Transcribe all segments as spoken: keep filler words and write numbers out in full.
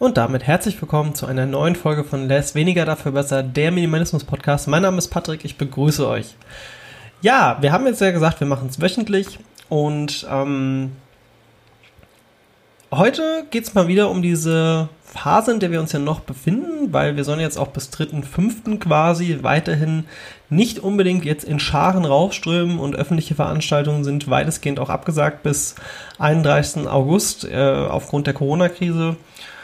Und damit herzlich willkommen zu einer neuen Folge von Less Weniger Dafür Besser, der Minimalismus-Podcast. Mein Name ist Patrick, ich begrüße euch. Ja, wir haben jetzt ja gesagt, wir machen es wöchentlich und ähm, heute geht es mal wieder um diese Phase, in der wir uns ja noch befinden, weil wir sollen jetzt auch bis dritten fünften quasi weiterhin nicht unbedingt jetzt in Scharen rausströmen und öffentliche Veranstaltungen sind weitestgehend auch abgesagt bis einunddreißigsten August äh, aufgrund der Corona-Krise.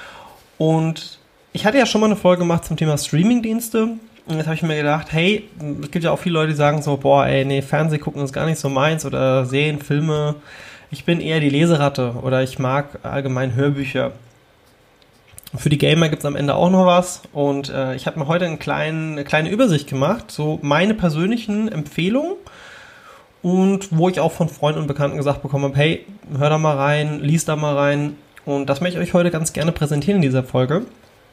Und ich hatte ja schon mal eine Folge gemacht zum Thema Streamingdienste. Und jetzt habe ich mir gedacht, hey, es gibt ja auch viele Leute, die sagen so, boah, ey, nee, Fernseh gucken ist gar nicht so meins oder Serien, Filme. Ich bin eher die Leseratte oder ich mag allgemein Hörbücher. Für die Gamer gibt es am Ende auch noch was. Und äh, ich habe mir heute einen kleinen, eine kleine Übersicht gemacht, so meine persönlichen Empfehlungen. Und wo ich auch von Freunden und Bekannten gesagt bekommen habe, hey, hör da mal rein, lies da mal rein. Und das möchte ich euch heute ganz gerne präsentieren in dieser Folge.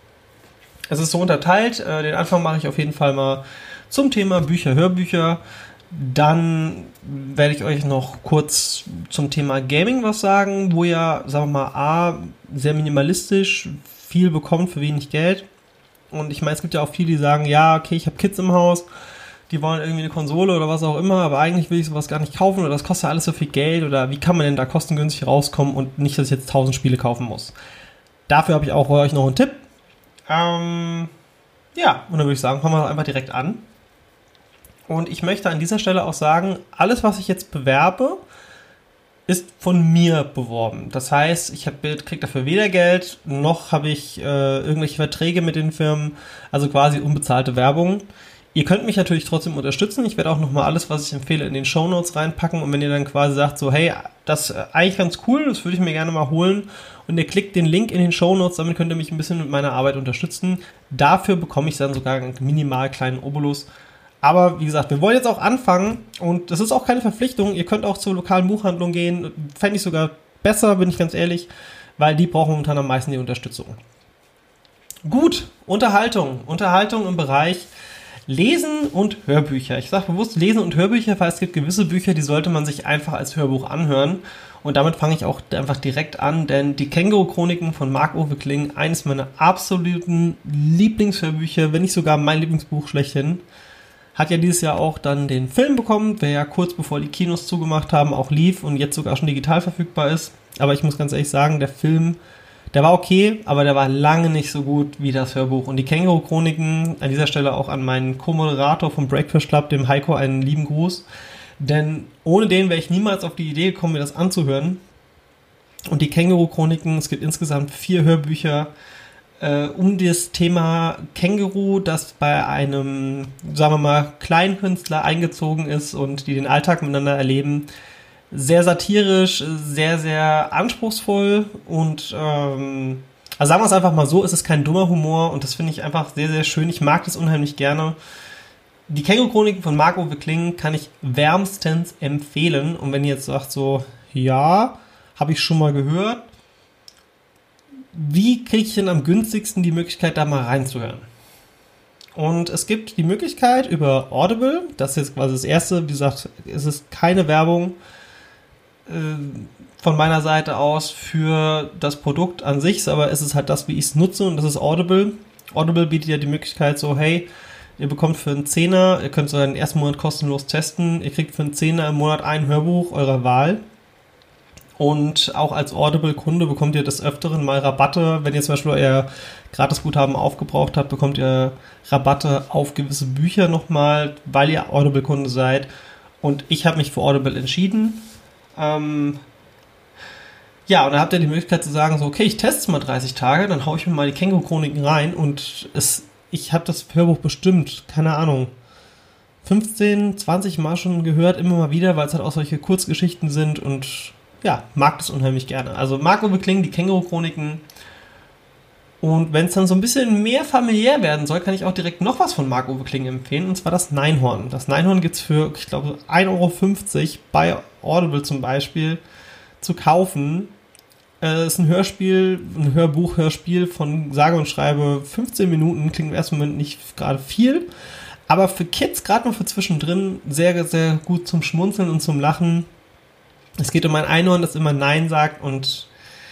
Es ist so unterteilt. Äh, den Anfang mache ich auf jeden Fall mal zum Thema Bücher, Hörbücher. Dann werde ich euch noch kurz zum Thema Gaming was sagen, wo ihr, sagen wir mal, A, sehr minimalistisch viel bekommt für wenig Geld. Und ich meine, es gibt ja auch viele, die sagen, ja, okay, ich habe Kids im Haus, die wollen irgendwie eine Konsole oder was auch immer, aber eigentlich will ich sowas gar nicht kaufen oder das kostet ja alles so viel Geld oder wie kann man denn da kostengünstig rauskommen und nicht, dass ich jetzt tausend Spiele kaufen muss. Dafür habe ich auch euch noch einen Tipp. Ähm, ja, und dann würde ich sagen, fangen wir einfach direkt an. Und ich möchte an dieser Stelle auch sagen, alles, was ich jetzt bewerbe, ist von mir beworben. Das heißt, ich kriege dafür weder Geld, noch habe ich äh, irgendwelche Verträge mit den Firmen, also quasi unbezahlte Werbung. Ihr könnt mich natürlich trotzdem unterstützen. Ich werde auch nochmal alles, was ich empfehle, in den Shownotes reinpacken. Und wenn ihr dann quasi sagt, so, hey, das ist eigentlich ganz cool, das würde ich mir gerne mal holen. Und ihr klickt den Link in den Shownotes, damit könnt ihr mich ein bisschen mit meiner Arbeit unterstützen. Dafür bekomme ich dann sogar einen minimal kleinen Obolus. Aber wie gesagt, wir wollen jetzt auch anfangen. Und das ist auch keine Verpflichtung. Ihr könnt auch zur lokalen Buchhandlung gehen. Fände ich sogar besser, bin ich ganz ehrlich. Weil die brauchen momentan am meisten die Unterstützung. Gut, Unterhaltung. Unterhaltung im Bereich Lesen und Hörbücher. Ich sage bewusst Lesen und Hörbücher, weil es gibt gewisse Bücher, die sollte man sich einfach als Hörbuch anhören. Und damit fange ich auch einfach direkt an, denn die Känguru-Chroniken von Marc-Uwe Kling, eines meiner absoluten Lieblingshörbücher, wenn nicht sogar mein Lieblingsbuch schlechthin, hat ja dieses Jahr auch dann den Film bekommen, der ja kurz bevor die Kinos zugemacht haben auch lief und jetzt sogar schon digital verfügbar ist. Aber ich muss ganz ehrlich sagen, der Film, der war okay, aber der war lange nicht so gut wie das Hörbuch. Und die Känguru-Chroniken, an dieser Stelle auch an meinen Co-Moderator vom Breakfast Club, dem Heiko, einen lieben Gruß. Denn ohne den wäre ich niemals auf die Idee gekommen, mir das anzuhören. Und die Känguru-Chroniken, es gibt insgesamt vier Hörbücher äh, um das Thema Känguru, das bei einem, sagen wir mal, Kleinkünstler eingezogen ist und die den Alltag miteinander erleben. Sehr satirisch, sehr, sehr anspruchsvoll und ähm, also sagen wir es einfach mal so, es ist kein dummer Humor und das finde ich einfach sehr, sehr schön. Ich mag das unheimlich gerne. Die Känguru-Chroniken von Marc-Uwe Kling kann ich wärmstens empfehlen und wenn ihr jetzt sagt so, ja, habe ich schon mal gehört, wie kriege ich denn am günstigsten die Möglichkeit, da mal reinzuhören? Und es gibt die Möglichkeit über Audible, das ist jetzt quasi das erste, wie gesagt, es ist keine Werbung von meiner Seite aus für das Produkt an sich, aber es ist halt das, wie ich es nutze und das ist Audible. Audible bietet ja die Möglichkeit so, hey, ihr bekommt für einen Zehner, ihr könnt so den ersten Monat kostenlos testen, ihr kriegt für einen Zehner im Monat ein Hörbuch eurer Wahl und auch als Audible-Kunde bekommt ihr des Öfteren mal Rabatte, wenn ihr zum Beispiel euer Gratisguthaben aufgebraucht habt, bekommt ihr Rabatte auf gewisse Bücher nochmal, weil ihr Audible-Kunde seid und ich habe mich für Audible entschieden. Ähm, ja, und dann habt ihr die Möglichkeit zu sagen, so, okay, ich teste es mal dreißig Tage, dann haue ich mir mal die Känguru-Chroniken rein und es, ich habe das Hörbuch bestimmt, keine Ahnung, fünfzehn, zwanzig Mal schon gehört, immer mal wieder, weil es halt auch solche Kurzgeschichten sind und ja, mag das unheimlich gerne. Also Marc-Uwe Kling, die Känguru-Chroniken. Und wenn es dann so ein bisschen mehr familiär werden soll, kann ich auch direkt noch was von Marc-Uwe Kling empfehlen, und zwar das Neinhorn. Das Neinhorn gibt es für, ich glaube, ein Euro fünfzig bei Audible zum Beispiel zu kaufen. Es äh, ist ein Hörspiel, ein Hörbuch, Hörspiel von sage und schreibe fünfzehn Minuten, klingt im ersten Moment nicht gerade viel, aber für Kids, gerade noch für zwischendrin, sehr, sehr gut zum Schmunzeln und zum Lachen. Es geht um ein Einhorn, das immer Nein sagt und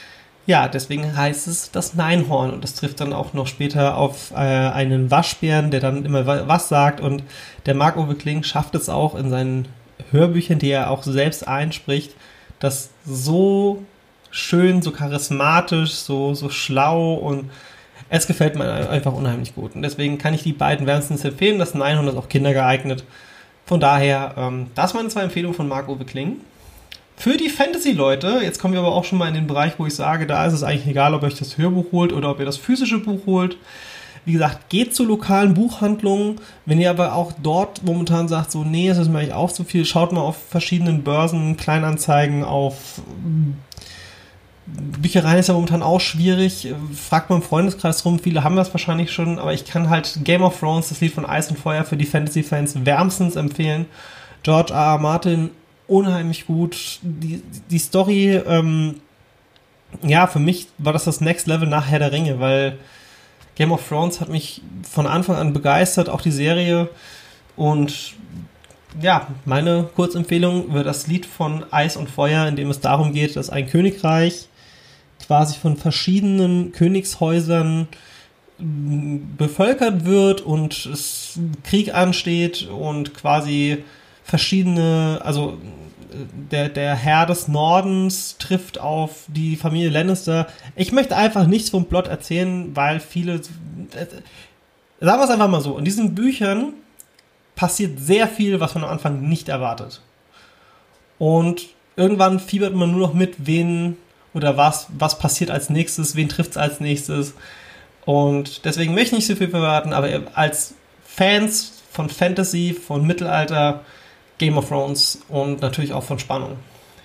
Ja, deswegen heißt es das Neinhorn und das trifft dann auch noch später auf äh, einen Waschbären, der dann immer was sagt und der Marc-Uwe Kling schafft es auch in seinen Hörbüchern, die er auch selbst einspricht, das so schön, so charismatisch, so, so schlau und es gefällt mir einfach unheimlich gut und deswegen kann ich die beiden wärmstens empfehlen. Das Neinhorn ist auch kindergeeignet. Von daher, ähm, das waren zwei Empfehlungen von Marc-Uwe Kling. Für die Fantasy-Leute, jetzt kommen wir aber auch schon mal in den Bereich, wo ich sage, da ist es eigentlich egal, ob ihr euch das Hörbuch holt oder ob ihr das physische Buch holt. Wie gesagt, geht zu lokalen Buchhandlungen. Wenn ihr aber auch dort momentan sagt, so, nee, es ist mir eigentlich auch zu viel, schaut mal auf verschiedenen Börsen, Kleinanzeigen, auf Büchereien ist ja momentan auch schwierig. Fragt mal im Freundeskreis rum, viele haben das wahrscheinlich schon, aber ich kann halt Game of Thrones, das Lied von Eis und Feuer, für die Fantasy-Fans wärmstens empfehlen. George R. R. Martin, unheimlich gut. Die, die Story, ähm, ja, für mich war das das Next Level nach Herr der Ringe, weil Game of Thrones hat mich von Anfang an begeistert, auch die Serie. Und ja, meine Kurzempfehlung wäre das Lied von Eis und Feuer, in dem es darum geht, dass ein Königreich quasi von verschiedenen Königshäusern bevölkert wird und es Krieg ansteht und quasi verschiedene, also der, der Herr des Nordens trifft auf die Familie Lannister. Ich möchte einfach nichts vom Plot erzählen, weil viele, äh, sagen wir es einfach mal so, in diesen Büchern passiert sehr viel, was man am Anfang nicht erwartet. Und irgendwann fiebert man nur noch mit, wen oder was, was passiert als nächstes, wen trifft es als nächstes. Und deswegen möchte ich nicht so viel verraten, aber als Fans von Fantasy, von Mittelalter, Game of Thrones und natürlich auch von Spannung.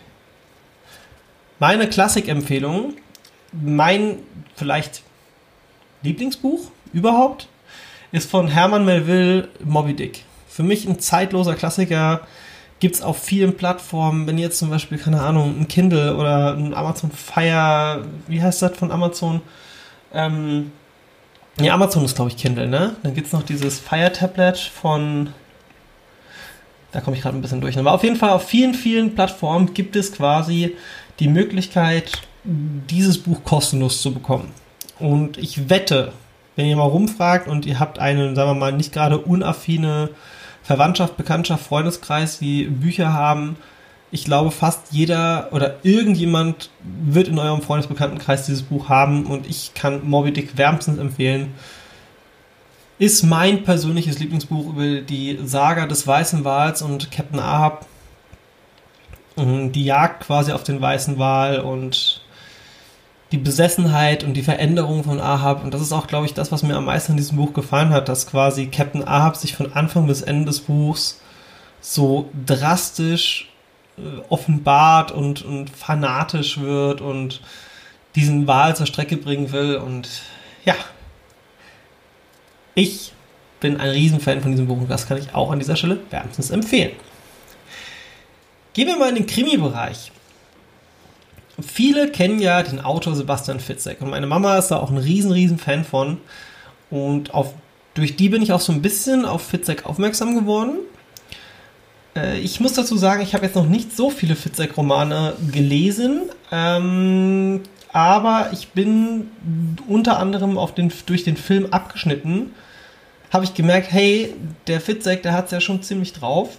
Meine Klassikempfehlung, mein vielleicht Lieblingsbuch überhaupt, ist von Herman Melville Moby Dick. Für mich ein zeitloser Klassiker, gibt es auf vielen Plattformen, wenn ihr jetzt zum Beispiel, keine Ahnung, ein Kindle oder ein Amazon Fire, wie heißt das von Amazon? Ähm, ja, Amazon ist, glaube ich, Kindle, ne? Dann gibt es noch dieses Fire Tablet von, da komme ich gerade ein bisschen durch. Aber auf jeden Fall auf vielen, vielen Plattformen gibt es quasi die Möglichkeit, dieses Buch kostenlos zu bekommen. Und ich wette, wenn ihr mal rumfragt und ihr habt eine, sagen wir mal, nicht gerade unaffine Verwandtschaft, Bekanntschaft, Freundeskreis, die Bücher haben, ich glaube, fast jeder oder irgendjemand wird in eurem Freundesbekanntenkreis dieses Buch haben und ich kann Moby Dick wärmstens empfehlen. Ist mein persönliches Lieblingsbuch über die Saga des Weißen Wals und Captain Ahab. Die Jagd quasi auf den Weißen Wal und die Besessenheit und die Veränderung von Ahab. Und das ist auch, glaube ich, das, was mir am meisten in diesem Buch gefallen hat, dass quasi Captain Ahab sich von Anfang bis Ende des Buchs so drastisch äh, offenbart und, und fanatisch wird und diesen Wal zur Strecke bringen will. Und ja, ich bin ein Riesenfan von diesem Buch und das kann ich auch an dieser Stelle wärmstens empfehlen. Gehen wir mal in den Krimi-Bereich. Viele kennen ja den Autor Sebastian Fitzek und meine Mama ist da auch ein riesen, riesen Fan von und auf, durch die bin ich auch so ein bisschen auf Fitzek aufmerksam geworden. Äh, ich muss dazu sagen, ich habe jetzt noch nicht so viele Fitzek-Romane gelesen, ähm, aber ich bin unter anderem auf den, durch den Film Abgeschnitten, habe ich gemerkt, hey, der Fitzek, der hat es ja schon ziemlich drauf.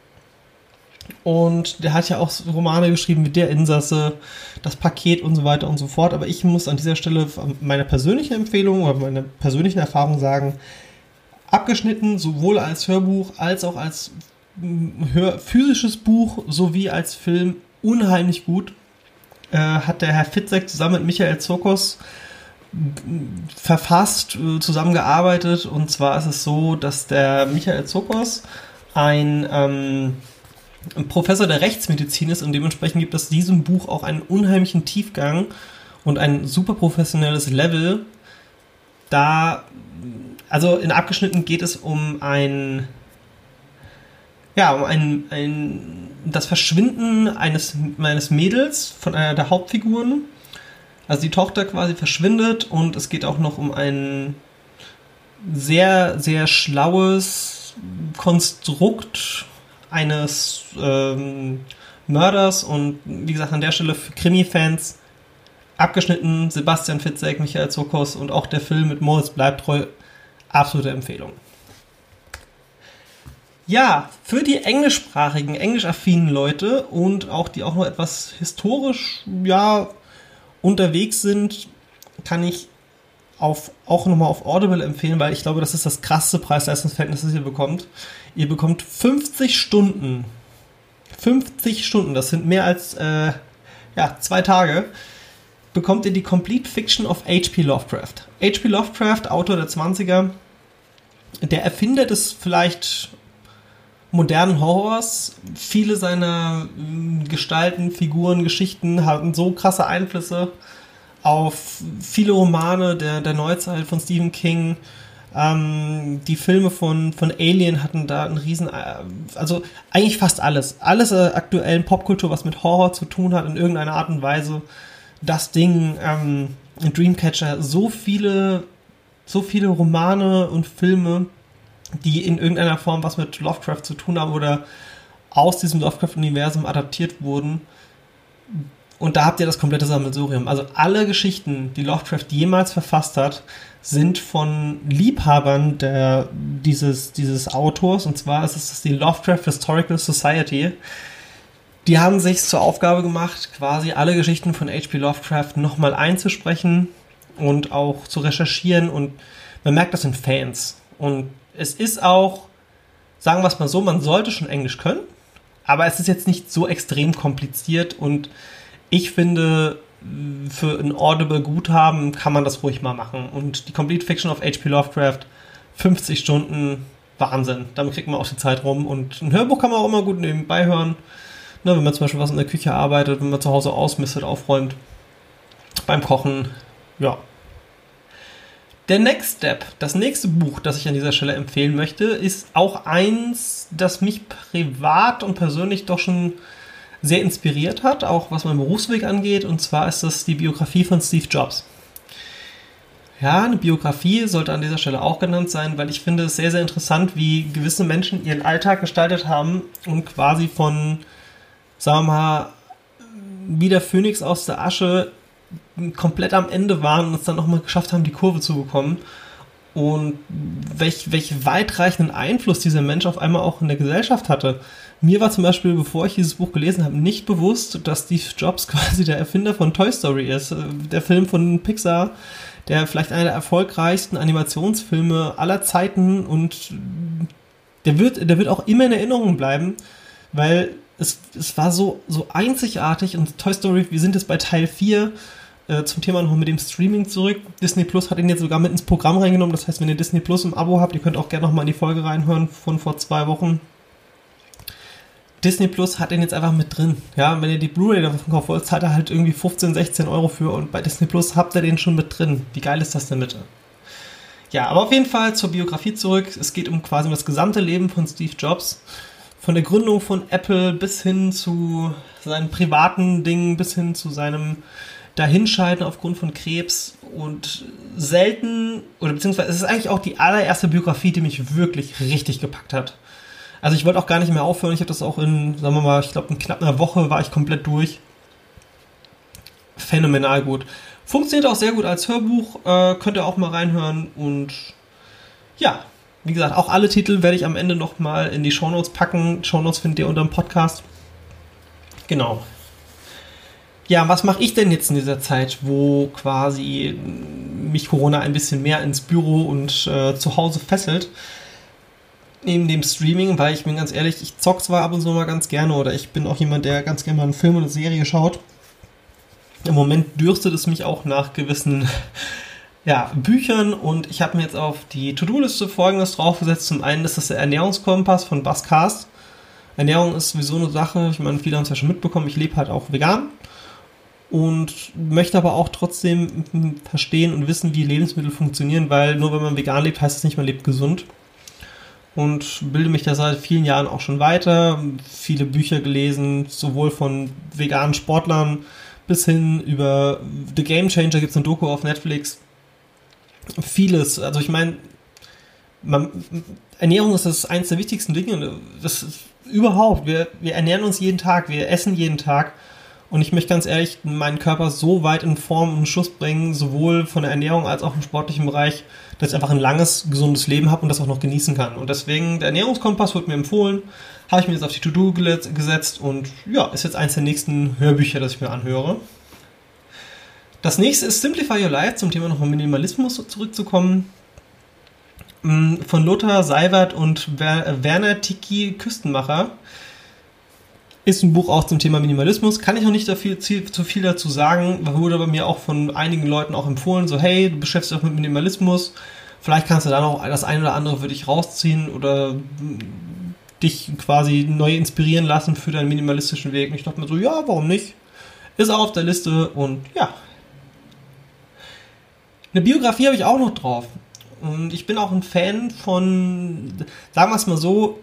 Und der hat ja auch Romane geschrieben wie Der Insasse, Das Paket und so weiter und so fort. Aber ich muss an dieser Stelle meine persönliche Empfehlung oder meine persönlichen Erfahrungen sagen, Abgeschnitten, sowohl als Hörbuch als auch als Hör- physisches Buch sowie als Film unheimlich gut. Äh, hat der Herr Fitzek zusammen mit Michael Zokos verfasst, äh, zusammengearbeitet. Und zwar ist es so, dass der Michael Zokos ein ähm, ein Professor der Rechtsmedizin ist und dementsprechend gibt es diesem Buch auch einen unheimlichen Tiefgang und ein super professionelles Level. Da, also in Abgeschnitten geht es um ein, ja, um ein, ein das Verschwinden eines, eines Mädels von einer der Hauptfiguren. Also die Tochter quasi verschwindet und es geht auch noch um ein sehr, sehr schlaues Konstrukt eines ähm, Mörders und wie gesagt an der Stelle für Krimi-Fans abgeschnitten, Sebastian Fitzek, Michael Zokos und auch der Film mit Moritz Bleibtreu, absolute Empfehlung. Ja, für die englischsprachigen, englisch-affinen Leute und auch die auch noch etwas historisch, ja, unterwegs sind, kann ich auf, auch nochmal auf Audible empfehlen, weil ich glaube, das ist das krasseste Preis-Leistungs-Verhältnis, das ihr bekommt. Ihr bekommt fünfzig Stunden. fünfzig Stunden, das sind mehr als äh, ja, zwei Tage, bekommt ihr die Complete Fiction of H P Lovecraft. H P Lovecraft, Autor der zwanziger, der Erfinder des vielleicht modernen Horrors. Viele seiner äh, Gestalten, Figuren, Geschichten hatten so krasse Einflüsse auf viele Romane der, der Neuzeit von Stephen King. Ähm, die Filme von, von Alien hatten da einen riesen, äh, also eigentlich fast alles. Alles äh, aktuellen Popkultur, was mit Horror zu tun hat, in irgendeiner Art und Weise. Das Ding, ähm, Dreamcatcher, so viele, so viele Romane und Filme, die in irgendeiner Form was mit Lovecraft zu tun haben oder aus diesem Lovecraft-Universum adaptiert wurden. Und da habt ihr das komplette Sammelsurium. Also alle Geschichten, die Lovecraft jemals verfasst hat, sind von Liebhabern der, dieses, dieses Autors. Und zwar ist es die Lovecraft Historical Society. Die haben sich zur Aufgabe gemacht, quasi alle Geschichten von H P Lovecraft nochmal einzusprechen und auch zu recherchieren. Und man merkt, das sind Fans. Und es ist auch, sagen wir es mal so, man sollte schon Englisch können. Aber es ist jetzt nicht so extrem kompliziert und ich finde, für ein Audible-Guthaben kann man das ruhig mal machen. Und die Complete Fiction of H P Lovecraft, fünfzig Stunden, Wahnsinn. Damit kriegt man auch die Zeit rum. Und ein Hörbuch kann man auch immer gut nebenbei hören. Ne, wenn man zum Beispiel was in der Küche arbeitet, wenn man zu Hause ausmistet, aufräumt, beim Kochen, ja. Der Next Step, das nächste Buch, das ich an dieser Stelle empfehlen möchte, ist auch eins, das mich privat und persönlich doch schon sehr inspiriert hat, auch was meinen Berufsweg angeht, und zwar ist das die Biografie von Steve Jobs. Ja, eine Biografie sollte an dieser Stelle auch genannt sein, weil ich finde es sehr, sehr interessant, wie gewisse Menschen ihren Alltag gestaltet haben und quasi von, sagen wir mal, wie der Phönix aus der Asche komplett am Ende waren und es dann nochmal geschafft haben, die Kurve zu bekommen. Und welch, welch weitreichenden Einfluss dieser Mensch auf einmal auch in der Gesellschaft hatte. Mir war zum Beispiel, bevor ich dieses Buch gelesen habe, nicht bewusst, dass Steve Jobs quasi der Erfinder von Toy Story ist. Der Film von Pixar, der vielleicht einer der erfolgreichsten Animationsfilme aller Zeiten, und der wird, der wird auch immer in Erinnerung bleiben, weil es, es war so, so einzigartig. Und Toy Story, wir sind jetzt bei Teil vier, äh, zum Thema noch mit dem Streaming zurück. Disney Plus hat ihn jetzt sogar mit ins Programm reingenommen. Das heißt, wenn ihr Disney Plus im Abo habt, ihr könnt auch gerne noch mal in die Folge reinhören von vor zwei Wochen. Disney Plus hat den jetzt einfach mit drin. Ja, wenn ihr die Blu-ray davon kauft wollt, zahlt ihr halt irgendwie fünfzehn, sechzehn Euro für, und bei Disney Plus habt ihr den schon mit drin. Wie geil ist das denn bitte? Ja, aber auf jeden Fall zur Biografie zurück. Es geht um quasi um das gesamte Leben von Steve Jobs. Von der Gründung von Apple bis hin zu seinen privaten Dingen, bis hin zu seinem Dahinscheiden aufgrund von Krebs, und selten, oder beziehungsweise es ist eigentlich auch die allererste Biografie, die mich wirklich richtig gepackt hat. Also ich wollte auch gar nicht mehr aufhören. Ich habe das auch in, sagen wir mal, ich glaube in knapp einer Woche war ich komplett durch. Phänomenal gut. Funktioniert auch sehr gut als Hörbuch. Äh, könnt ihr auch mal reinhören. Und ja, wie gesagt, auch alle Titel werde ich am Ende nochmal in die Shownotes packen. Shownotes findet ihr unter dem Podcast. Genau. Ja, was mache ich denn jetzt in dieser Zeit, wo quasi mich Corona ein bisschen mehr ins Büro und äh, zu Hause fesselt? Neben dem Streaming, weil ich bin ganz ehrlich, ich zock zwar ab und zu mal ganz gerne, oder ich bin auch jemand, der ganz gerne mal einen Film oder eine Serie schaut. Im Moment dürstet es mich auch nach gewissen ja, Büchern, und ich habe mir jetzt auf die To-Do-Liste Folgendes draufgesetzt. Zum einen ist das der Ernährungskompass von Buzzcast. Ernährung ist sowieso eine Sache, ich meine, viele haben es ja schon mitbekommen, ich lebe halt auch vegan und möchte aber auch trotzdem verstehen und wissen, wie Lebensmittel funktionieren, weil nur wenn man vegan lebt, heißt es nicht, man lebt gesund. Und bilde mich da seit vielen Jahren auch schon weiter, viele Bücher gelesen, sowohl von veganen Sportlern bis hin über The Game Changer, gibt es eine Doku auf Netflix. Vieles, also ich meine, Ernährung ist das eines der wichtigsten Dinge, das ist überhaupt, wir, wir ernähren uns jeden Tag, wir essen jeden Tag, Und ich möchte ganz ehrlich meinen Körper so weit in Form und Schuss bringen, sowohl von der Ernährung als auch im sportlichen Bereich, dass ich einfach ein langes, gesundes Leben habe und das auch noch genießen kann. Und deswegen, der Ernährungskompass wird mir empfohlen, habe ich mir jetzt auf die To-Do gesetzt und ja, ist jetzt eins der nächsten Hörbücher, das ich mir anhöre. Das nächste ist Simplify Your Life, zum Thema nochmal Minimalismus zurückzukommen. Von Lothar Seiwert und Werner Tiki Küstenmacher. Ist ein Buch auch zum Thema Minimalismus. Kann ich noch nicht viel, zu viel dazu sagen. Wurde bei mir auch von einigen Leuten auch empfohlen. So, hey, du beschäftigst dich auch mit Minimalismus. Vielleicht kannst du da noch das eine oder andere für dich rausziehen oder dich quasi neu inspirieren lassen für deinen minimalistischen Weg. Und ich dachte mir so, ja, warum nicht? Ist auch auf der Liste und ja. Eine Biografie habe ich auch noch drauf. Und ich bin auch ein Fan von, sagen wir es mal so,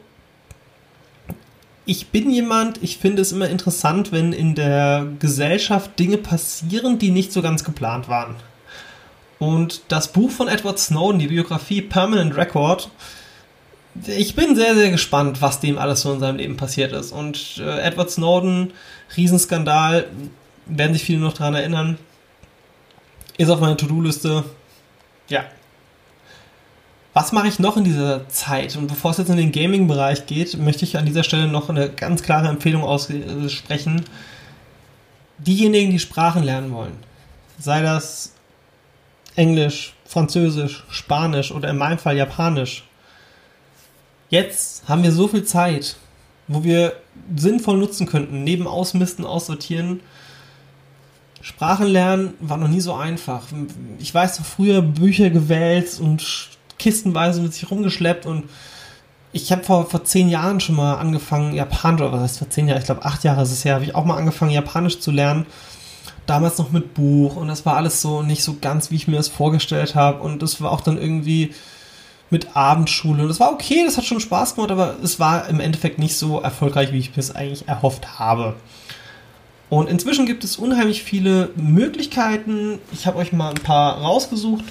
ich bin jemand, ich finde es immer interessant, wenn in der Gesellschaft Dinge passieren, die nicht so ganz geplant waren. Und das Buch von Edward Snowden, die Biografie Permanent Record, ich bin sehr, sehr gespannt, was dem alles so in seinem Leben passiert ist. Und äh, Edward Snowden, Riesenskandal, werden sich viele noch daran erinnern, ist auf meiner To-Do-Liste. Ja. Was mache ich noch in dieser Zeit? Und bevor es jetzt in den Gaming-Bereich geht, möchte ich an dieser Stelle noch eine ganz klare Empfehlung aussprechen. Diejenigen, die Sprachen lernen wollen, sei das Englisch, Französisch, Spanisch oder in meinem Fall Japanisch. Jetzt haben wir so viel Zeit, wo wir sinnvoll nutzen könnten, neben Ausmisten, Aussortieren. Sprachen lernen war noch nie so einfach. Ich weiß noch früher Bücher gewälzt und kistenweise mit sich rumgeschleppt und ich habe vor, vor zehn Jahren schon mal angefangen, Japanisch, oder was heißt vor zehn Jahren, ich glaube acht Jahre ist es her, habe ich auch mal angefangen, Japanisch zu lernen. Damals noch mit Buch und das war alles so nicht so ganz, wie ich mir das vorgestellt habe und das war auch dann irgendwie mit Abendschule und das war okay, das hat schon Spaß gemacht, aber es war im Endeffekt nicht so erfolgreich, wie ich mir es eigentlich erhofft habe. Und inzwischen gibt es unheimlich viele Möglichkeiten. Ich habe euch mal ein paar rausgesucht.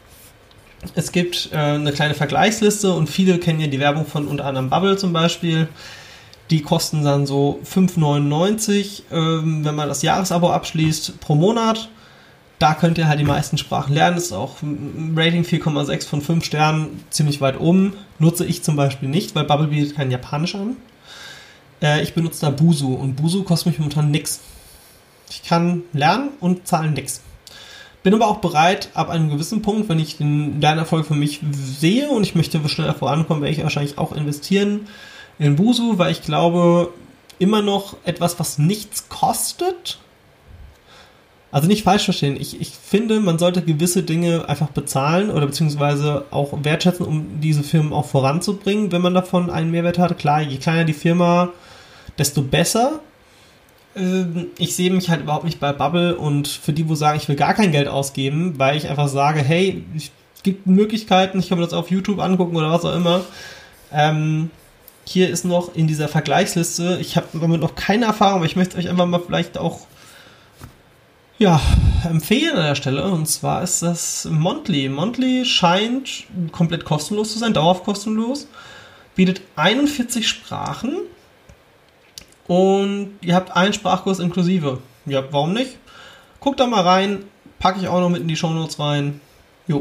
Es gibt äh, eine kleine Vergleichsliste und viele kennen ja die Werbung von unter anderem Babbel zum Beispiel. Die kosten dann so fünf neunundneunzig, ähm, wenn man das Jahresabo abschließt, pro Monat. Da könnt ihr halt die meisten Sprachen lernen. Das ist auch ein Rating vier Komma sechs von fünf Sternen, ziemlich weit oben. Nutze ich zum Beispiel nicht, weil Babbel bietet kein Japanisch an. Äh, ich benutze da Busuu und Busuu kostet mich momentan nix. Ich kann lernen und zahlen nix. Bin aber auch bereit, ab einem gewissen Punkt, wenn ich den Lernerfolg für mich sehe und ich möchte schneller vorankommen, werde ich wahrscheinlich auch investieren in Busuu, weil ich glaube, immer noch etwas, was nichts kostet. Also nicht falsch verstehen. Ich, ich finde, man sollte gewisse Dinge einfach bezahlen oder beziehungsweise auch wertschätzen, um diese Firmen auch voranzubringen, wenn man davon einen Mehrwert hat. Klar, je kleiner die Firma, desto besser. Ich sehe mich halt überhaupt nicht bei Babbel und für die, wo sagen, ich will gar kein Geld ausgeben, weil ich einfach sage, hey, es gibt Möglichkeiten, ich kann mir das auf YouTube angucken oder was auch immer. Ähm, hier ist noch in dieser Vergleichsliste, ich habe damit noch keine Erfahrung, aber ich möchte euch einfach mal vielleicht auch ja, empfehlen an der Stelle. Und zwar ist das Mondly. Mondly scheint komplett kostenlos zu sein, dauerhaft kostenlos, bietet einundvierzig Sprachen. Und ihr habt einen Sprachkurs inklusive. Ja, warum nicht? Guckt da mal rein. Packe ich auch noch mit in die Shownotes rein. Jo.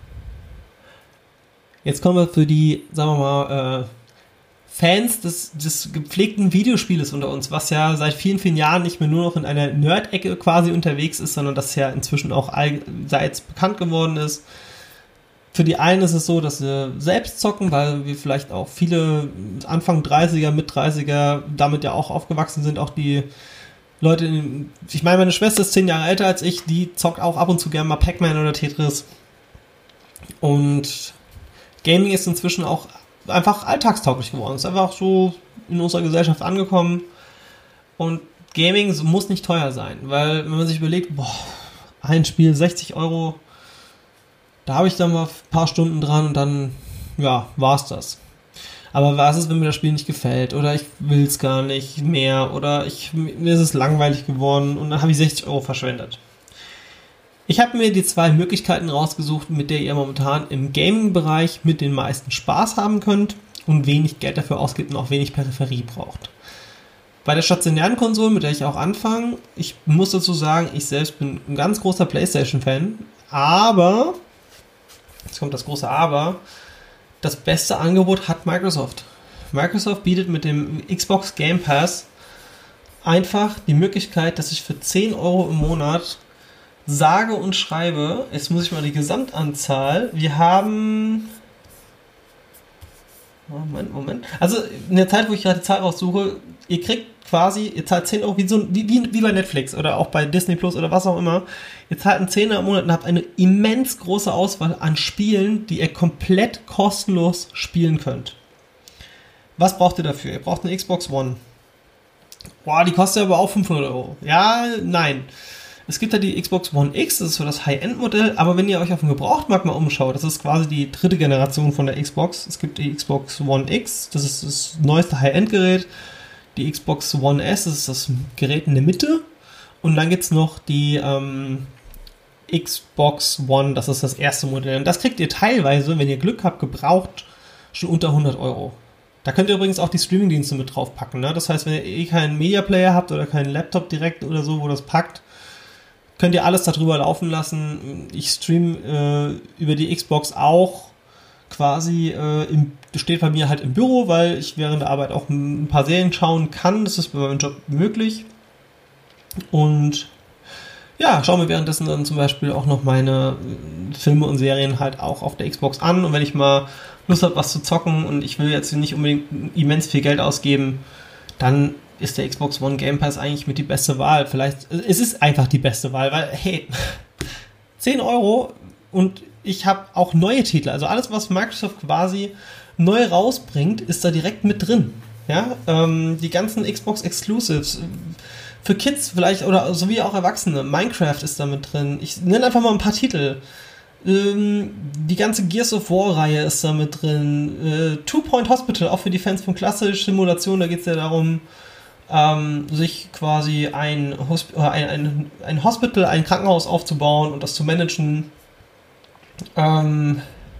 Jetzt kommen wir für die, sagen wir mal, äh, Fans des, des gepflegten Videospieles unter uns, was ja seit vielen, vielen Jahren nicht mehr nur noch in einer Nerd-Ecke quasi unterwegs ist, sondern das ja inzwischen auch allseits bekannt geworden ist. Für die einen ist es so, dass sie selbst zocken, weil wir vielleicht auch viele Anfang dreißiger, mit dreißiger damit ja auch aufgewachsen sind. Auch die Leute, ich meine, meine Schwester ist zehn Jahre älter als ich, die zockt auch ab und zu gerne mal Pac-Man oder Tetris. Und Gaming ist inzwischen auch einfach alltagstauglich geworden. Ist einfach so in unserer Gesellschaft angekommen. Und Gaming muss nicht teuer sein, weil wenn man sich überlegt, boah, ein Spiel sechzig Euro, da habe ich dann mal ein paar Stunden dran und dann, ja, war's das. Aber was ist, wenn mir das Spiel nicht gefällt oder ich will es gar nicht mehr oder ich, mir ist es langweilig geworden und dann habe ich sechzig Euro verschwendet. Ich habe mir die zwei Möglichkeiten rausgesucht, mit der ihr momentan im Gaming-Bereich mit den meisten Spaß haben könnt und wenig Geld dafür ausgibt und auch wenig Peripherie braucht. Bei der stationären Konsole, mit der ich auch anfange, ich muss dazu sagen, ich selbst bin ein ganz großer PlayStation-Fan, aber, jetzt kommt das große Aber, das beste Angebot hat Microsoft. Microsoft bietet mit dem Xbox Game Pass einfach die Möglichkeit, dass ich für zehn Euro im Monat sage und schreibe, jetzt muss ich mal die Gesamtanzahl, wir haben... Moment, Moment. Also in der Zeit, wo ich gerade die Zahl raussuche, ihr kriegt quasi, ihr zahlt zehn Euro wie, so, wie, wie, wie bei Netflix oder auch bei Disney Plus oder was auch immer. Ihr zahlt einen Zehner im Monat und habt eine immens große Auswahl an Spielen, die ihr komplett kostenlos spielen könnt. Was braucht ihr dafür? Ihr braucht eine Xbox One. Boah, die kostet aber auch fünfhundert Euro. Ja, nein. Es gibt ja die Xbox One X, das ist so das High-End-Modell, aber wenn ihr euch auf den Gebrauchtmarkt mal umschaut, das ist quasi die dritte Generation von der Xbox. Es gibt die Xbox One X, das ist das neueste High-End-Gerät. Die Xbox One S, das ist das Gerät in der Mitte. Und dann gibt es noch die ähm, Xbox One, das ist das erste Modell. Und das kriegt ihr teilweise, wenn ihr Glück habt, gebraucht, schon unter hundert Euro. Da könnt ihr übrigens auch die Streaming-Dienste mit draufpacken. Ne? Das heißt, wenn ihr eh keinen Media-Player habt oder keinen Laptop direkt oder so, wo das packt, könnt ihr alles darüber laufen lassen. Ich streame äh, über die Xbox auch quasi, äh, im, steht bei mir halt im Büro, weil ich während der Arbeit auch ein paar Serien schauen kann. Das ist bei meinem Job möglich. Und ja, schaue mir währenddessen dann zum Beispiel auch noch meine Filme und Serien halt auch auf der Xbox an. Und wenn ich mal Lust habe, was zu zocken und ich will jetzt nicht unbedingt immens viel Geld ausgeben, dann ist der Xbox One Game Pass eigentlich mit die beste Wahl. Vielleicht, es ist einfach die beste Wahl, weil, hey, zehn Euro und ich habe auch neue Titel. Also alles, was Microsoft quasi neu rausbringt, ist da direkt mit drin. Ja, ähm, die ganzen Xbox Exclusives für Kids vielleicht oder sowie auch Erwachsene. Minecraft ist da mit drin. Ich nenne einfach mal ein paar Titel. Ähm, die ganze Gears of War-Reihe ist da mit drin. Äh, Two Point Hospital, auch für die Fans von klassisch Simulation, da geht es ja darum, ähm, sich quasi ein, Hosp- ein, ein, ein Hospital, ein Krankenhaus aufzubauen und das zu managen. Ähm,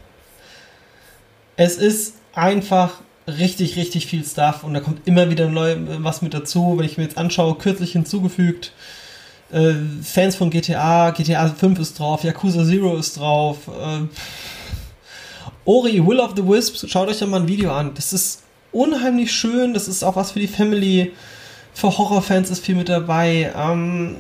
es ist einfach richtig, richtig viel Stuff und da kommt immer wieder neu was mit dazu. Wenn ich mir jetzt anschaue, kürzlich hinzugefügt, äh, Fans von G T A, G T A fünf ist drauf, Yakuza Zero ist drauf, äh, Ori, Will of the Wisps, schaut euch da mal ein Video an. Das ist unheimlich schön, das ist auch was für die Family, für Horrorfans ist viel mit dabei. Ähm,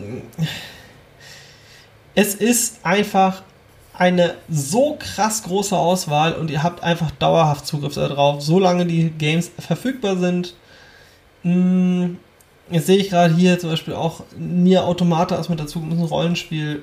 es ist einfach eine so krass große Auswahl und ihr habt einfach dauerhaft Zugriff darauf, solange die Games verfügbar sind. Jetzt sehe ich gerade hier zum Beispiel auch Nier Automata ist mit dazu, ein Rollenspiel.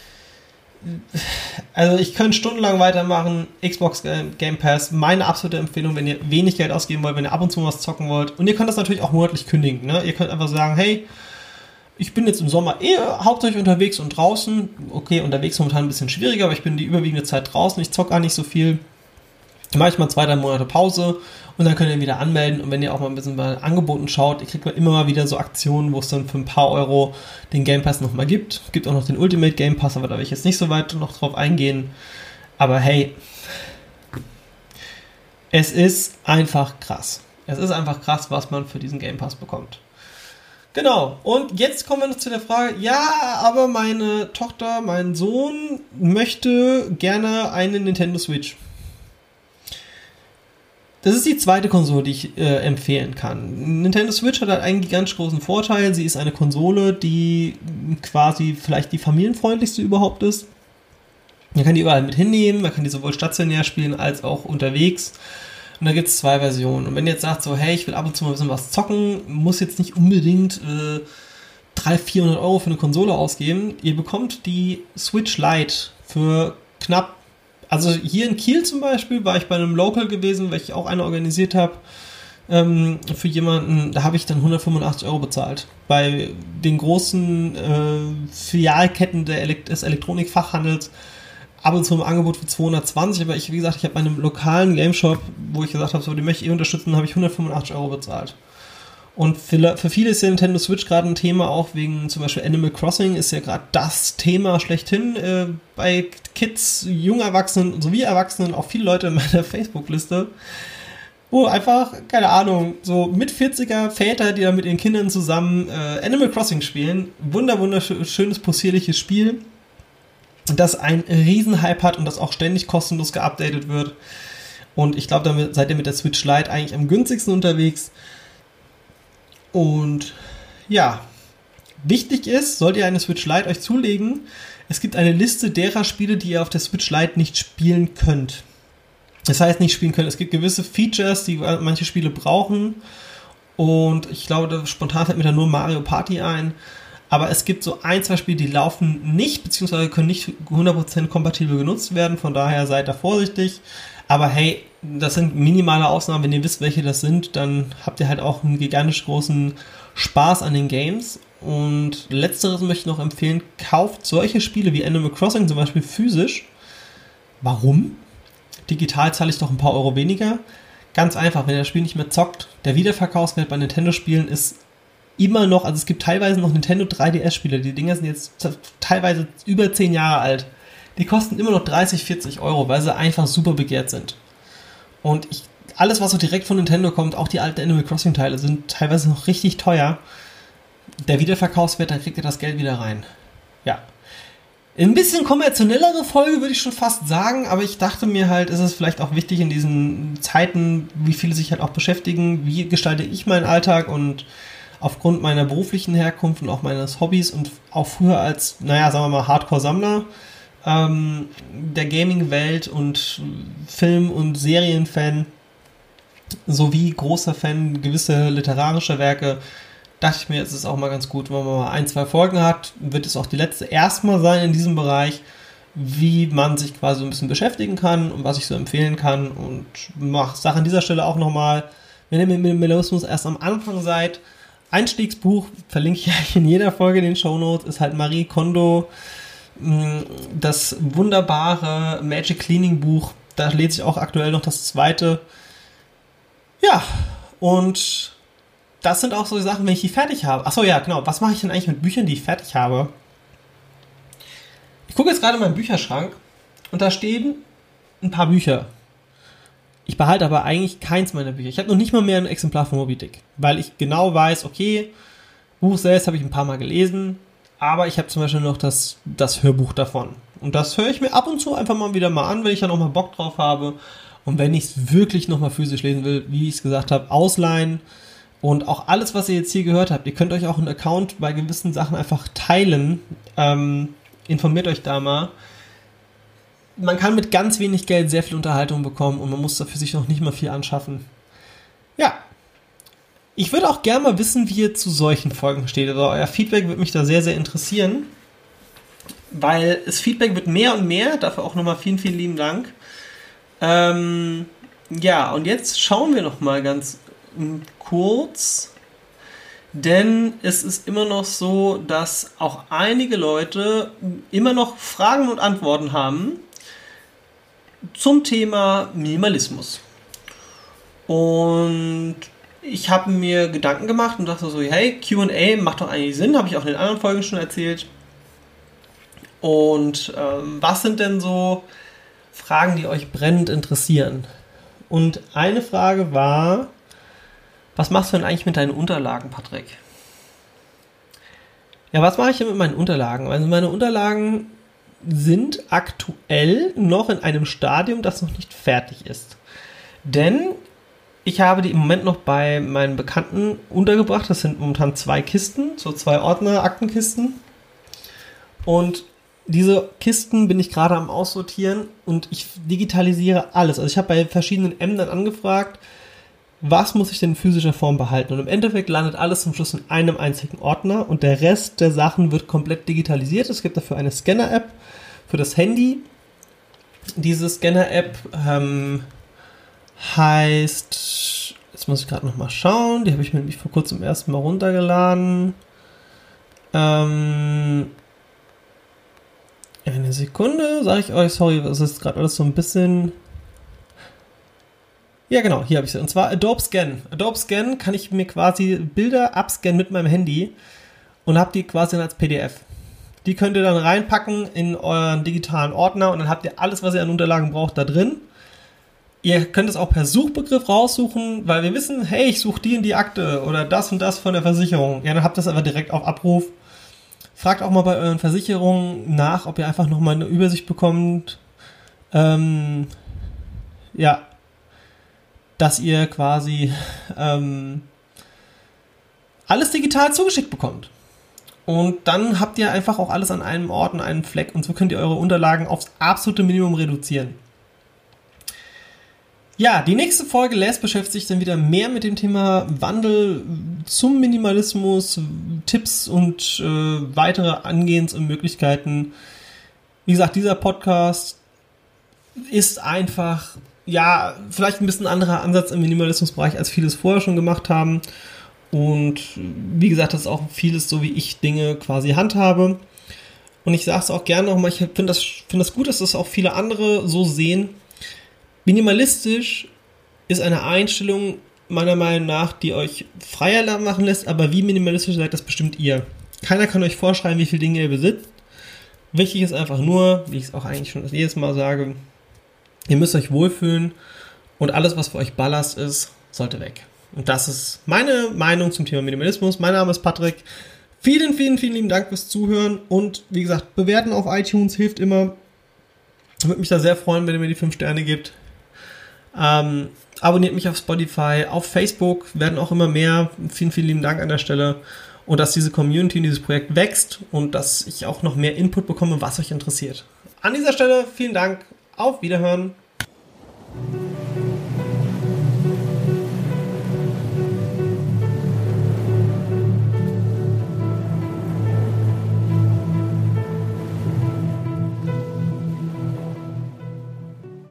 Also ich könnte stundenlang weitermachen. Xbox Game Pass, meine absolute Empfehlung, wenn ihr wenig Geld ausgeben wollt, wenn ihr ab und zu was zocken wollt. Und ihr könnt das natürlich auch monatlich kündigen. Ne? Ihr könnt einfach sagen, hey, ich bin jetzt im Sommer eher hauptsächlich unterwegs und draußen. Okay, unterwegs momentan ein bisschen schwieriger, aber ich bin die überwiegende Zeit draußen. Ich zocke gar nicht so viel. Mache ich mal zwei, drei Monate Pause und dann könnt ihr wieder anmelden. Und wenn ihr auch mal ein bisschen bei Angeboten schaut, ihr kriegt immer mal wieder so Aktionen, wo es dann für ein paar Euro den Game Pass nochmal gibt. Es gibt auch noch den Ultimate Game Pass, aber da will ich jetzt nicht so weit noch drauf eingehen. Aber hey, es ist einfach krass. Es ist einfach krass, was man für diesen Game Pass bekommt. Genau, und jetzt kommen wir noch zu der Frage, ja, aber meine Tochter, mein Sohn möchte gerne eine Nintendo Switch. Das ist die zweite Konsole, die ich äh, empfehlen kann. Nintendo Switch hat halt einen gigantisch großen Vorteil. Sie ist eine Konsole, die quasi vielleicht die familienfreundlichste überhaupt ist. Man kann die überall mit hinnehmen, man kann die sowohl stationär spielen als auch unterwegs. Und da gibt es zwei Versionen. Und wenn ihr jetzt sagt, so, hey, ich will ab und zu mal ein bisschen was zocken, muss jetzt nicht unbedingt äh, dreihundert, vierhundert Euro für eine Konsole ausgeben. Ihr bekommt die Switch Lite für knapp, also hier in Kiel zum Beispiel war ich bei einem Local gewesen, weil ich auch eine organisiert habe, ähm, für jemanden, da habe ich dann hundertfünfundachtzig Euro bezahlt. Bei den großen äh, Filialketten der Elekt- des Elektronikfachhandels ab und zu im Angebot für zweihundertzwanzig, aber ich, wie gesagt, ich habe bei einem lokalen Gameshop, wo ich gesagt habe, so, die möchte ich eh unterstützen, habe ich hundertfünfundachtzig Euro bezahlt. Und für, für viele ist ja Nintendo Switch gerade ein Thema, auch wegen zum Beispiel Animal Crossing ist ja gerade das Thema schlechthin äh, bei Kids, Jungerwachsenen sowie Erwachsenen, auch viele Leute in meiner Facebook-Liste. wo einfach, keine Ahnung, so mit vierziger Väter, die da mit ihren Kindern zusammen äh, Animal Crossing spielen. Wunder, wunderschönes, possierliches Spiel, das einen Riesenhype hat und das auch ständig kostenlos geupdatet wird. Und ich glaube, damit seid ihr mit der Switch Lite eigentlich am günstigsten unterwegs. Und ja, wichtig ist, sollt ihr eine Switch Lite euch zulegen, es gibt eine Liste derer Spiele, die ihr auf der Switch Lite nicht spielen könnt. Das heißt, nicht spielen können. Es gibt gewisse Features, die manche Spiele brauchen. Und ich glaube, spontan fällt mir da nur Mario Party ein. Aber es gibt so ein, zwei Spiele, die laufen nicht, beziehungsweise können nicht hundert Prozent kompatibel genutzt werden. Von daher seid da vorsichtig. Aber hey, das sind minimale Ausnahmen. Wenn ihr wisst, welche das sind, dann habt ihr halt auch einen gigantisch großen Spaß an den Games. Und letzteres möchte ich noch empfehlen, kauft solche Spiele wie Animal Crossing zum Beispiel physisch. Warum? Digital zahle ich doch ein paar Euro weniger. Ganz einfach, wenn ihr das Spiel nicht mehr zockt, der Wiederverkaufswert bei Nintendo-Spielen ist immer noch, also es gibt teilweise noch Nintendo drei D S-Spiele, die Dinger sind jetzt teilweise über zehn Jahre alt. Die kosten immer noch dreißig, vierzig Euro, weil sie einfach super begehrt sind. Und ich, alles, was so direkt von Nintendo kommt, auch die alten Animal Crossing-Teile, sind teilweise noch richtig teuer. Der Wiederverkaufswert, dann kriegt ihr das Geld wieder rein. Ja. Ein bisschen kommerziellere Folge würde ich schon fast sagen, aber ich dachte mir halt, ist es vielleicht auch wichtig in diesen Zeiten, wie viele sich halt auch beschäftigen, wie gestalte ich meinen Alltag, und aufgrund meiner beruflichen Herkunft und auch meines Hobbys und auch früher als, naja, sagen wir mal, Hardcore-Sammler ähm, der Gaming-Welt und Film- und Serienfan sowie großer Fan gewisser literarischer Werke, dachte ich mir, es ist auch mal ganz gut, wenn man mal ein, zwei Folgen hat, wird es auch die letzte erstmal sein in diesem Bereich, wie man sich quasi so ein bisschen beschäftigen kann und was ich so empfehlen kann, und mache Sache an dieser Stelle auch nochmal, wenn ihr mit Minimalismus erst am Anfang seid, Einstiegsbuch, verlinke ich eigentlich in jeder Folge in den Shownotes, ist halt Marie Kondo, das wunderbare Magic Cleaning Buch, da lese ich auch aktuell noch das zweite. Ja, und das sind auch so die Sachen, wenn ich die fertig habe. Achso, ja, genau. Was mache ich denn eigentlich mit Büchern, die ich fertig habe? Ich gucke jetzt gerade in meinen Bücherschrank und da stehen ein paar Bücher. Ich behalte aber eigentlich keins meiner Bücher. Ich habe noch nicht mal mehr ein Exemplar von Moby Dick, weil ich genau weiß, okay, Buch selbst habe ich ein paar Mal gelesen, aber ich habe zum Beispiel noch das, das Hörbuch davon. Und das höre ich mir ab und zu einfach mal wieder mal an, wenn ich dann auch mal Bock drauf habe. Und wenn ich es wirklich nochmal physisch lesen will, wie ich es gesagt habe, ausleihen. Und auch alles, was ihr jetzt hier gehört habt, ihr könnt euch auch einen Account bei gewissen Sachen einfach teilen. Ähm, informiert euch da mal. Man kann mit ganz wenig Geld sehr viel Unterhaltung bekommen und man muss dafür sich noch nicht mal viel anschaffen. Ja. Ich würde auch gerne mal wissen, wie ihr zu solchen Folgen steht. Also euer Feedback würde mich da sehr, sehr interessieren. Weil das Feedback wird mehr und mehr. Dafür auch nochmal vielen, vielen lieben Dank. Ähm, ja, und jetzt schauen wir noch mal ganz kurz, denn es ist immer noch so, dass auch einige Leute immer noch Fragen und Antworten haben zum Thema Minimalismus. Und ich habe mir Gedanken gemacht und dachte so, hey, Q und A macht doch eigentlich Sinn, habe ich auch in den anderen Folgen schon erzählt. Und ähm, was sind denn so Fragen, die euch brennend interessieren? Und eine Frage war, was machst du denn eigentlich mit deinen Unterlagen, Patrick? Ja, was mache ich denn mit meinen Unterlagen? Also meine Unterlagen sind aktuell noch in einem Stadium, das noch nicht fertig ist. Denn ich habe die im Moment noch bei meinen Bekannten untergebracht. Das sind momentan zwei Kisten, so zwei Ordner, Aktenkisten. Und diese Kisten bin ich gerade am Aussortieren und ich digitalisiere alles. Also ich habe bei verschiedenen Ämtern angefragt, was muss ich denn in physischer Form behalten? Und im Endeffekt landet alles zum Schluss in einem einzigen Ordner und der Rest der Sachen wird komplett digitalisiert. Es gibt dafür eine Scanner-App für das Handy. Diese Scanner-App ähm, heißt, jetzt muss ich gerade nochmal schauen, die habe ich mir nämlich vor kurzem erst mal runtergeladen. Ähm, eine Sekunde, sage ich euch, sorry, das ist gerade alles so ein bisschen... Ja, genau, hier habe ich sie. Und zwar Adobe Scan. Adobe Scan kann ich mir quasi Bilder abscannen mit meinem Handy und habe die quasi dann als P D F. Die könnt ihr dann reinpacken in euren digitalen Ordner und dann habt ihr alles, was ihr an Unterlagen braucht, da drin. Ihr könnt es auch per Suchbegriff raussuchen, weil wir wissen, hey, ich suche die in die Akte oder das und das von der Versicherung. Ja, dann habt ihr das aber direkt auf Abruf. Fragt auch mal bei euren Versicherungen nach, ob ihr einfach nochmal eine Übersicht bekommt. Ähm, ja, dass ihr quasi ähm, alles digital zugeschickt bekommt. Und dann habt ihr einfach auch alles an einem Ort und einem Fleck und so könnt ihr eure Unterlagen aufs absolute Minimum reduzieren. Ja, die nächste Folge Les beschäftigt sich dann wieder mehr mit dem Thema Wandel zum Minimalismus, Tipps und äh, weitere Angehens- und Möglichkeiten. Wie gesagt, dieser Podcast ist einfach, ja, vielleicht ein bisschen anderer Ansatz im Minimalismusbereich, als viele es vorher schon gemacht haben. Und wie gesagt, das ist auch vieles so, wie ich Dinge quasi handhabe. Und ich sage es auch gerne nochmal, ich finde das, find das gut, dass das auch viele andere so sehen. Minimalistisch ist eine Einstellung meiner Meinung nach, die euch freier machen lässt, aber wie minimalistisch seid, das bestimmt ihr. Keiner kann euch vorschreiben, wie viele Dinge ihr besitzt. Wichtig ist einfach nur, wie ich es auch eigentlich schon jedes Mal sage, ihr müsst euch wohlfühlen und alles, was für euch Ballast ist, sollte weg. Und das ist meine Meinung zum Thema Minimalismus. Mein Name ist Patrick. Vielen, vielen, vielen lieben Dank fürs Zuhören und wie gesagt, bewerten auf iTunes hilft immer. Würde mich da sehr freuen, wenn ihr mir die fünf Sterne gebt. Ähm, abonniert mich auf Spotify, auf Facebook werden auch immer mehr. Vielen, vielen lieben Dank an der Stelle. Und dass diese Community und dieses Projekt wächst und dass ich auch noch mehr Input bekomme, was euch interessiert. An dieser Stelle vielen Dank. Auf Wiederhören.